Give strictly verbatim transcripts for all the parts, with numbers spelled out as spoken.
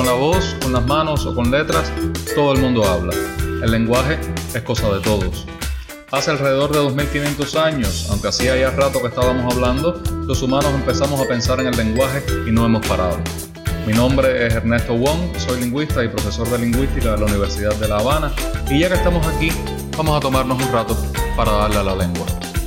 la voz, con las manos o con letras, todo el mundo habla. El lenguaje es cosa de todos. Hace alrededor de dos mil quinientos años, aunque hacía ya rato que estábamos hablando, los humanos empezamos a pensar en el lenguaje y no hemos parado. Mi nombre es Ernesto Wong, soy lingüista y profesor de lingüística de la Universidad de La Habana, y ya que estamos aquí, vamos a tomarnos un rato para darle a la lengua.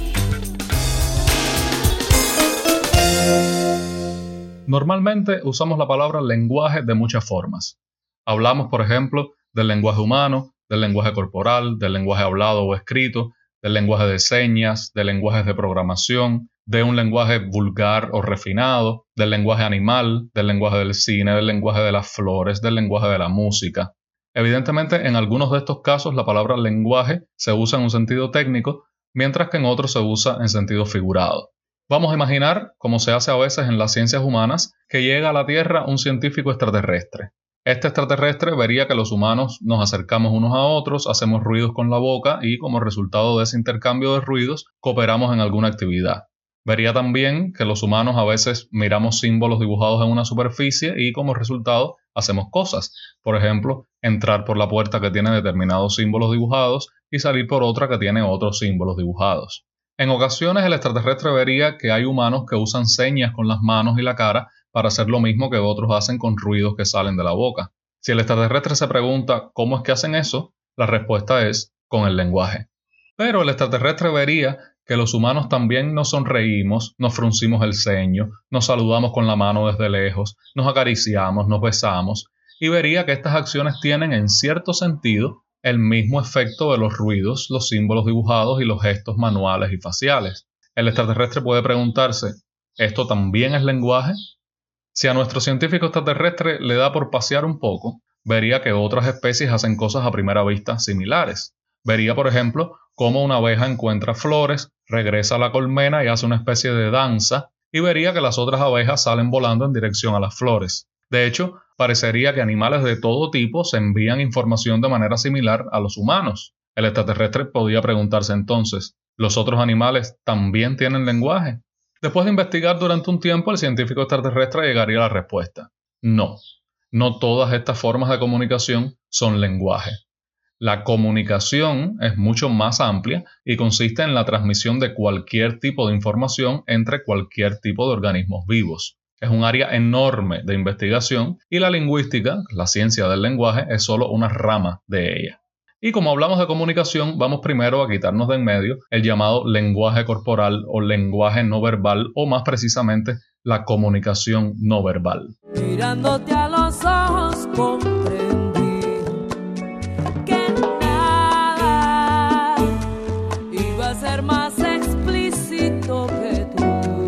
Normalmente usamos la palabra lenguaje de muchas formas. Hablamos, por ejemplo, del lenguaje humano, del lenguaje corporal, del lenguaje hablado o escrito, del lenguaje de señas, de lenguajes de programación, de un lenguaje vulgar o refinado, del lenguaje animal, del lenguaje del cine, del lenguaje de las flores, del lenguaje de la música. Evidentemente, en algunos de estos casos la palabra lenguaje se usa en un sentido técnico, mientras que en otros se usa en sentido figurado. Vamos a imaginar, como se hace a veces en las ciencias humanas, que llega a la Tierra un científico extraterrestre. Este extraterrestre vería que los humanos nos acercamos unos a otros, hacemos ruidos con la boca y, como resultado de ese intercambio de ruidos, cooperamos en alguna actividad. Vería también que los humanos a veces miramos símbolos dibujados en una superficie y, como resultado, hacemos cosas. Por ejemplo, entrar por la puerta que tiene determinados símbolos dibujados y salir por otra que tiene otros símbolos dibujados. En ocasiones el extraterrestre vería que hay humanos que usan señas con las manos y la cara para hacer lo mismo que otros hacen con ruidos que salen de la boca. Si el extraterrestre se pregunta cómo es que hacen eso, la respuesta es con el lenguaje. Pero el extraterrestre vería que los humanos también nos sonreímos, nos fruncimos el ceño, nos saludamos con la mano desde lejos, nos acariciamos, nos besamos, y vería que estas acciones tienen en cierto sentido el mismo efecto de los ruidos, los símbolos dibujados y los gestos manuales y faciales. El extraterrestre puede preguntarse, ¿esto también es lenguaje? Si a nuestro científico extraterrestre le da por pasear un poco, vería que otras especies hacen cosas a primera vista similares. Vería, por ejemplo, cómo una abeja encuentra flores, regresa a la colmena y hace una especie de danza, y vería que las otras abejas salen volando en dirección a las flores. De hecho, parecería que animales de todo tipo se envían información de manera similar a los humanos. El extraterrestre podía preguntarse entonces, ¿los otros animales también tienen lenguaje? Después de investigar durante un tiempo, el científico extraterrestre llegaría a la respuesta. No, no todas estas formas de comunicación son lenguaje. La comunicación es mucho más amplia y consiste en la transmisión de cualquier tipo de información entre cualquier tipo de organismos vivos. Es un área enorme de investigación y la lingüística, la ciencia del lenguaje, es solo una rama de ella. Y como hablamos de comunicación, vamos primero a quitarnos de en medio el llamado lenguaje corporal o lenguaje no verbal, o más precisamente la comunicación no verbal. Mirándote a los ojos comprendí que nada iba a ser más explícito que tú.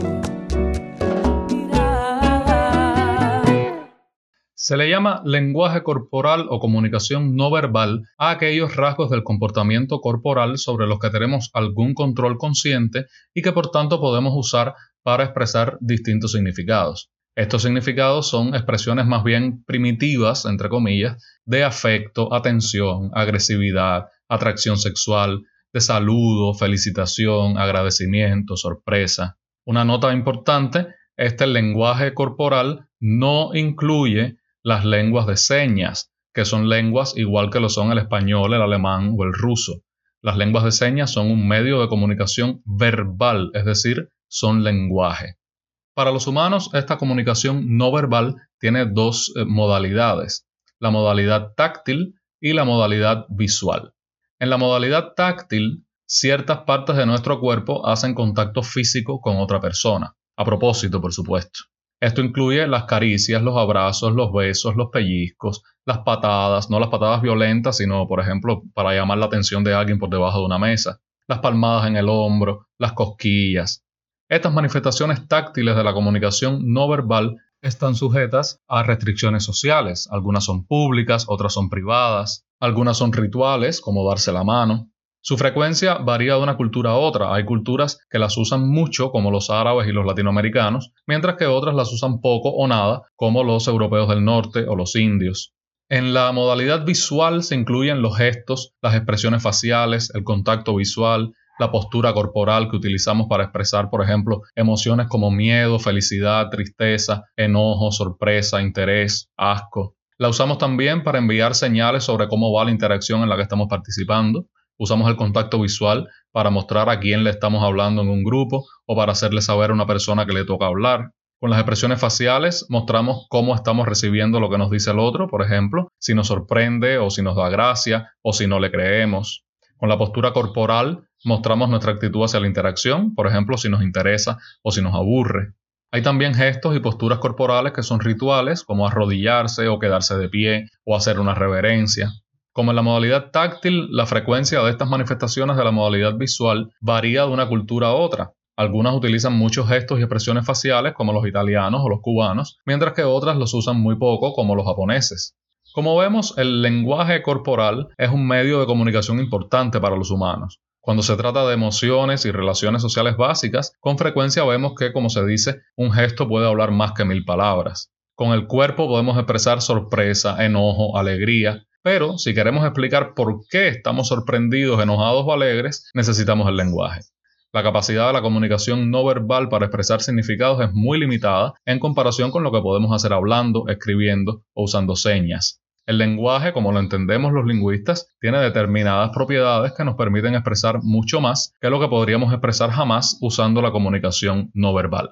Se le llama lenguaje corporal o comunicación no verbal a aquellos rasgos del comportamiento corporal sobre los que tenemos algún control consciente y que por tanto podemos usar para expresar distintos significados. Estos significados son expresiones más bien primitivas, entre comillas, de afecto, atención, agresividad, atracción sexual, de saludo, felicitación, agradecimiento, sorpresa. Una nota importante, este lenguaje corporal no incluye las lenguas de señas, que son lenguas igual que lo son el español, el alemán o el ruso. Las lenguas de señas son un medio de comunicación verbal, es decir, son lenguaje. Para los humanos, esta comunicación no verbal tiene dos eh, modalidades, la modalidad táctil y la modalidad visual. En la modalidad táctil, ciertas partes de nuestro cuerpo hacen contacto físico con otra persona, a propósito, por supuesto. Esto incluye las caricias, los abrazos, los besos, los pellizcos, las patadas, no las patadas violentas, sino, por ejemplo, para llamar la atención de alguien por debajo de una mesa, las palmadas en el hombro, las cosquillas. Estas manifestaciones táctiles de la comunicación no verbal están sujetas a restricciones sociales. Algunas son públicas, otras son privadas, algunas son rituales, como darse la mano. Su frecuencia varía de una cultura a otra. Hay culturas que las usan mucho, como los árabes y los latinoamericanos, mientras que otras las usan poco o nada, como los europeos del norte o los indios. En la modalidad visual se incluyen los gestos, las expresiones faciales, el contacto visual, la postura corporal que utilizamos para expresar, por ejemplo, emociones como miedo, felicidad, tristeza, enojo, sorpresa, interés, asco. La usamos también para enviar señales sobre cómo va la interacción en la que estamos participando. Usamos el contacto visual para mostrar a quién le estamos hablando en un grupo o para hacerle saber a una persona que le toca hablar. Con las expresiones faciales mostramos cómo estamos recibiendo lo que nos dice el otro, por ejemplo, si nos sorprende o si nos da gracia o si no le creemos. Con la postura corporal mostramos nuestra actitud hacia la interacción, por ejemplo, si nos interesa o si nos aburre. Hay también gestos y posturas corporales que son rituales, como arrodillarse o quedarse de pie o hacer una reverencia. Como en la modalidad táctil, la frecuencia de estas manifestaciones de la modalidad visual varía de una cultura a otra. Algunas utilizan muchos gestos y expresiones faciales, como los italianos o los cubanos, mientras que otras los usan muy poco, como los japoneses. Como vemos, el lenguaje corporal es un medio de comunicación importante para los humanos. Cuando se trata de emociones y relaciones sociales básicas, con frecuencia vemos que, como se dice, un gesto puede hablar más que mil palabras. Con el cuerpo podemos expresar sorpresa, enojo, alegría, pero si queremos explicar por qué estamos sorprendidos, enojados o alegres, necesitamos el lenguaje. La capacidad de la comunicación no verbal para expresar significados es muy limitada en comparación con lo que podemos hacer hablando, escribiendo o usando señas. El lenguaje, como lo entendemos los lingüistas, tiene determinadas propiedades que nos permiten expresar mucho más que lo que podríamos expresar jamás usando la comunicación no verbal.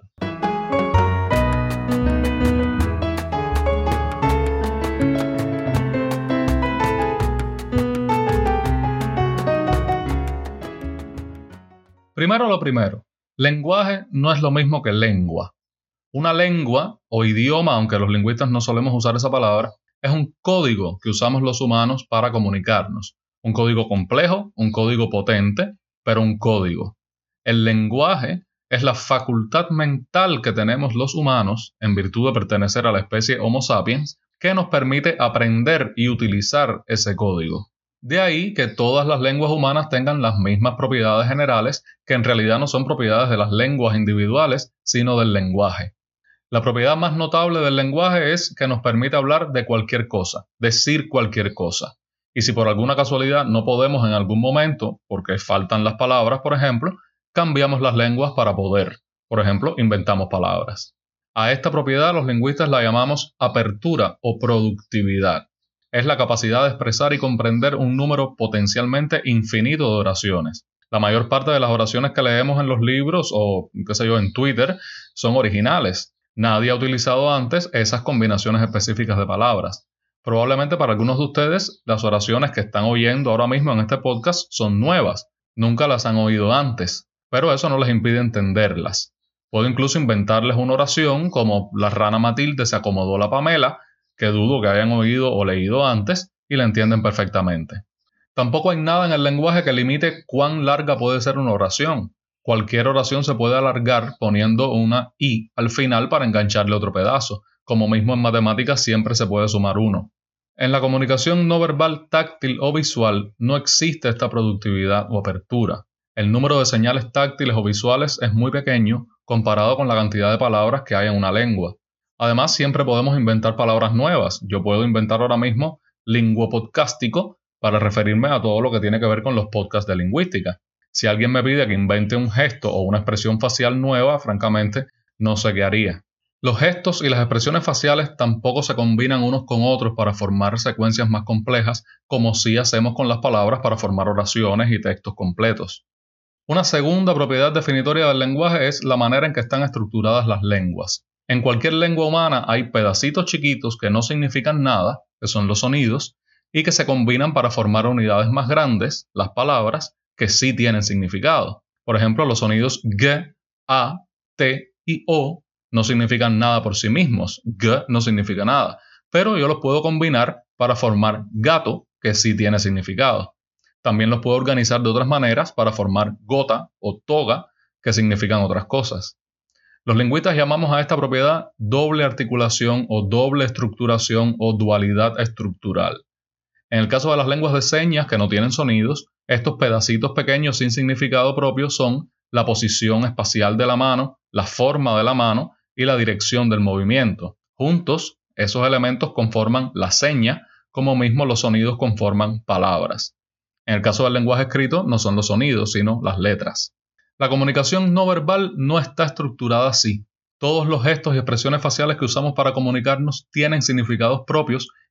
Primero lo primero, lenguaje no es lo mismo que lengua. Una lengua o idioma, aunque los lingüistas no solemos usar esa palabra, es un código que usamos los humanos para comunicarnos. Un código complejo, un código potente, pero un código. El lenguaje es la facultad mental que tenemos los humanos, en virtud de pertenecer a la especie Homo sapiens, que nos permite aprender y utilizar ese código. De ahí que todas las lenguas humanas tengan las mismas propiedades generales, que en realidad no son propiedades de las lenguas individuales, sino del lenguaje. La propiedad más notable del lenguaje es que nos permite hablar de cualquier cosa, decir cualquier cosa. Y si por alguna casualidad no podemos en algún momento, porque faltan las palabras, por ejemplo, cambiamos las lenguas para poder. Por ejemplo, inventamos palabras. A esta propiedad los lingüistas la llamamos apertura o productividad. Es la capacidad de expresar y comprender un número potencialmente infinito de oraciones. La mayor parte de las oraciones que leemos en los libros o, qué sé yo, en Twitter son originales. Nadie ha utilizado antes esas combinaciones específicas de palabras. Probablemente para algunos de ustedes las oraciones que están oyendo ahora mismo en este podcast son nuevas. Nunca las han oído antes, pero eso no les impide entenderlas. Puedo incluso inventarles una oración como la rana Matilde se acomodó la Pamela, que dudo que hayan oído o leído antes y la entienden perfectamente. Tampoco hay nada en el lenguaje que limite cuán larga puede ser una oración. Cualquier oración se puede alargar poniendo una i al final para engancharle otro pedazo, como mismo en matemáticas siempre se puede sumar uno. En la comunicación no verbal táctil o visual no existe esta productividad o apertura. El número de señales táctiles o visuales es muy pequeño comparado con la cantidad de palabras que hay en una lengua. Además, siempre podemos inventar palabras nuevas. Yo puedo inventar ahora mismo linguopodcástico para referirme a todo lo que tiene que ver con los podcasts de lingüística. Si alguien me pide que invente un gesto o una expresión facial nueva, francamente, no sé qué haría. Los gestos y las expresiones faciales tampoco se combinan unos con otros para formar secuencias más complejas, como sí hacemos con las palabras para formar oraciones y textos completos. Una segunda propiedad definitoria del lenguaje es la manera en que están estructuradas las lenguas. En cualquier lengua humana hay pedacitos chiquitos que no significan nada, que son los sonidos, y que se combinan para formar unidades más grandes, las palabras, que sí tienen significado. Por ejemplo, los sonidos g, a, t y o no significan nada por sí mismos. G no significa nada, pero yo los puedo combinar para formar gato, que sí tiene significado. También los puedo organizar de otras maneras para formar gota o toga, que significan otras cosas. Los lingüistas llamamos a esta propiedad doble articulación o doble estructuración o dualidad estructural. En el caso de las lenguas de señas que no tienen sonidos, estos pedacitos pequeños sin significado propio son la posición espacial de la mano, la forma de la mano y la dirección del movimiento. Juntos, esos elementos conforman la seña, como mismo los sonidos conforman palabras. En el caso del lenguaje escrito, no son los sonidos, sino las letras. La comunicación no verbal no está estructurada así. Todos los gestos y expresiones faciales que usamos para comunicarnos tienen significados propios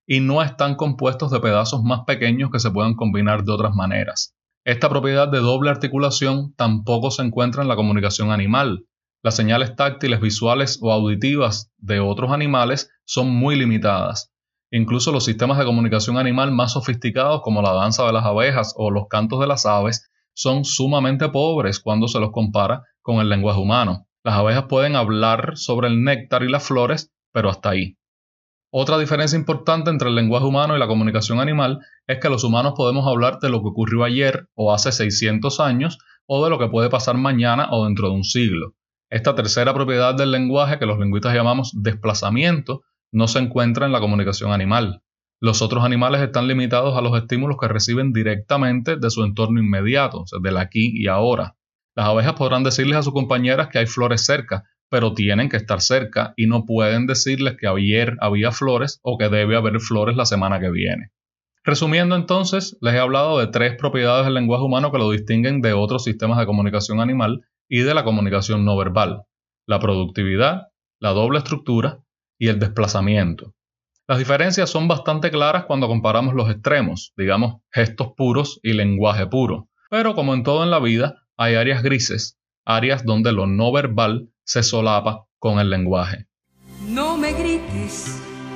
y no están compuestos de pedazos más pequeños que se puedan combinar de otras maneras. Esta propiedad de doble articulación tampoco se encuentra en la comunicación animal. Las señales táctiles, visuales o auditivas de otros animales son muy limitadas. Incluso los sistemas de comunicación animal más sofisticados como la danza de las abejas o los cantos de las aves son sumamente pobres cuando se los compara con el lenguaje humano. Las abejas pueden hablar sobre el néctar y las flores, pero hasta ahí. Otra diferencia importante entre el lenguaje humano y la comunicación animal es que los humanos podemos hablar de lo que ocurrió ayer o hace seiscientos años o de lo que puede pasar mañana o dentro de un siglo. Esta tercera propiedad del lenguaje, que los lingüistas llamamos desplazamiento, no se encuentra en la comunicación animal. Los otros animales están limitados a los estímulos que reciben directamente de su entorno inmediato, o sea, del aquí y ahora. Las abejas podrán decirles a sus compañeras que hay flores cerca, pero tienen que estar cerca y no pueden decirles que ayer había flores o que debe haber flores la semana que viene. Resumiendo entonces, les he hablado de tres propiedades del lenguaje humano que lo distinguen de otros sistemas de comunicación animal y de la comunicación no verbal: la productividad, la doble estructura y el desplazamiento. Las diferencias son bastante claras cuando comparamos los extremos, digamos gestos puros y lenguaje puro, pero como en todo en la vida, hay áreas grises, áreas donde lo no verbal se solapa con el lenguaje. No me grites,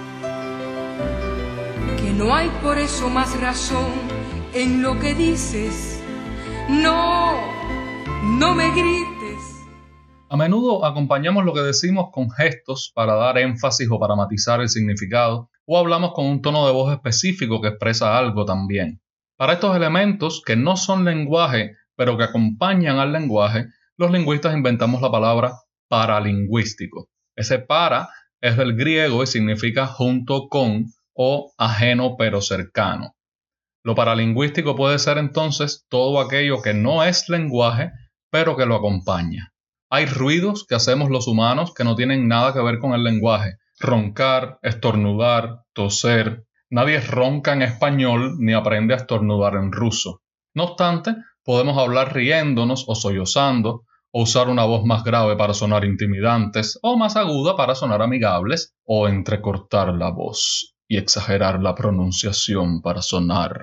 que no hay por eso más razón en lo que dices. No, no me grites. A menudo acompañamos lo que decimos con gestos para dar énfasis o para matizar el significado, o hablamos con un tono de voz específico que expresa algo también. Para estos elementos, que no son lenguaje, pero que acompañan al lenguaje, los lingüistas inventamos la palabra paralingüístico. Ese para es del griego y significa junto con o ajeno pero cercano. Lo paralingüístico puede ser entonces todo aquello que no es lenguaje, pero que lo acompaña. Hay ruidos que hacemos los humanos que no tienen nada que ver con el lenguaje. Roncar, estornudar, toser. Nadie ronca en español ni aprende a estornudar en ruso. No obstante, podemos hablar riéndonos o sollozando, o usar una voz más grave para sonar intimidantes, o más aguda para sonar amigables, o entrecortar la voz y exagerar la pronunciación para sonar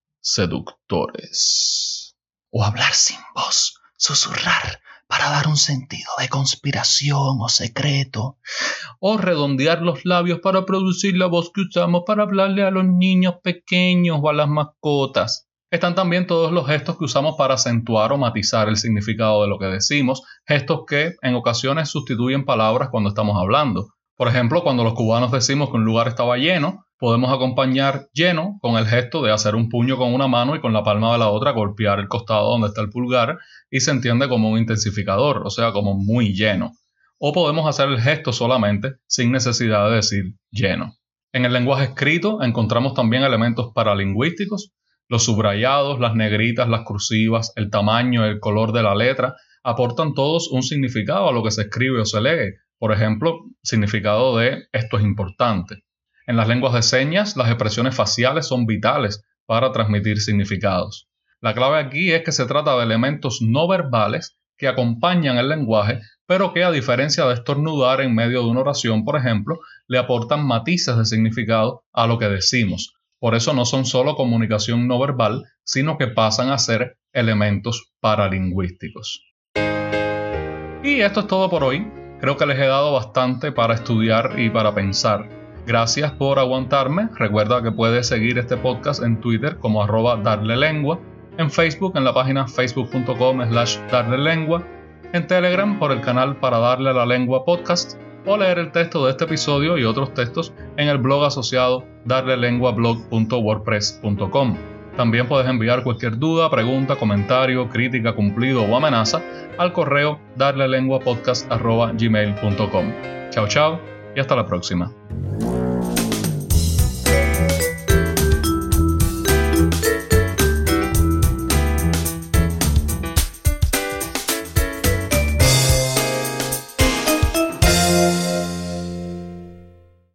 seductores. O hablar sin voz, susurrar para dar un sentido de conspiración o secreto. O redondear los labios para producir la voz que usamos para hablarle a los niños pequeños o a las mascotas. Están también todos los gestos que usamos para acentuar o matizar el significado de lo que decimos, gestos que en ocasiones sustituyen palabras cuando estamos hablando. Por ejemplo, cuando los cubanos decimos que un lugar estaba lleno, podemos acompañar lleno con el gesto de hacer un puño con una mano y con la palma de la otra golpear el costado donde está el pulgar y se entiende como un intensificador, o sea, como muy lleno. O podemos hacer el gesto solamente sin necesidad de decir lleno. En el lenguaje escrito encontramos también elementos paralingüísticos. Los subrayados, las negritas, las cursivas, el tamaño, el color de la letra aportan todos un significado a lo que se escribe o se lee. Por ejemplo, significado de esto es importante. En las lenguas de señas, las expresiones faciales son vitales para transmitir significados. La clave aquí es que se trata de elementos no verbales que acompañan el lenguaje, pero que a diferencia de estornudar en medio de una oración, por ejemplo, le aportan matices de significado a lo que decimos. Por eso no son solo comunicación no verbal, sino que pasan a ser elementos paralingüísticos. Y esto es todo por hoy. Creo que les he dado bastante para estudiar y para pensar. Gracias por aguantarme. Recuerda que puedes seguir este podcast en Twitter como arroba darlelengua, en Facebook en la página facebook.com slash darlelengua, en Telegram por el canal Para Darle a la Lengua Podcast, o leer el texto de este episodio y otros textos en el blog asociado darlelenguablog punto wordpress punto com. También puedes enviar cualquier duda, pregunta, comentario, crítica, cumplido o amenaza al correo darlelenguapodcast arroba gmail punto com. Chao, chao y hasta la próxima.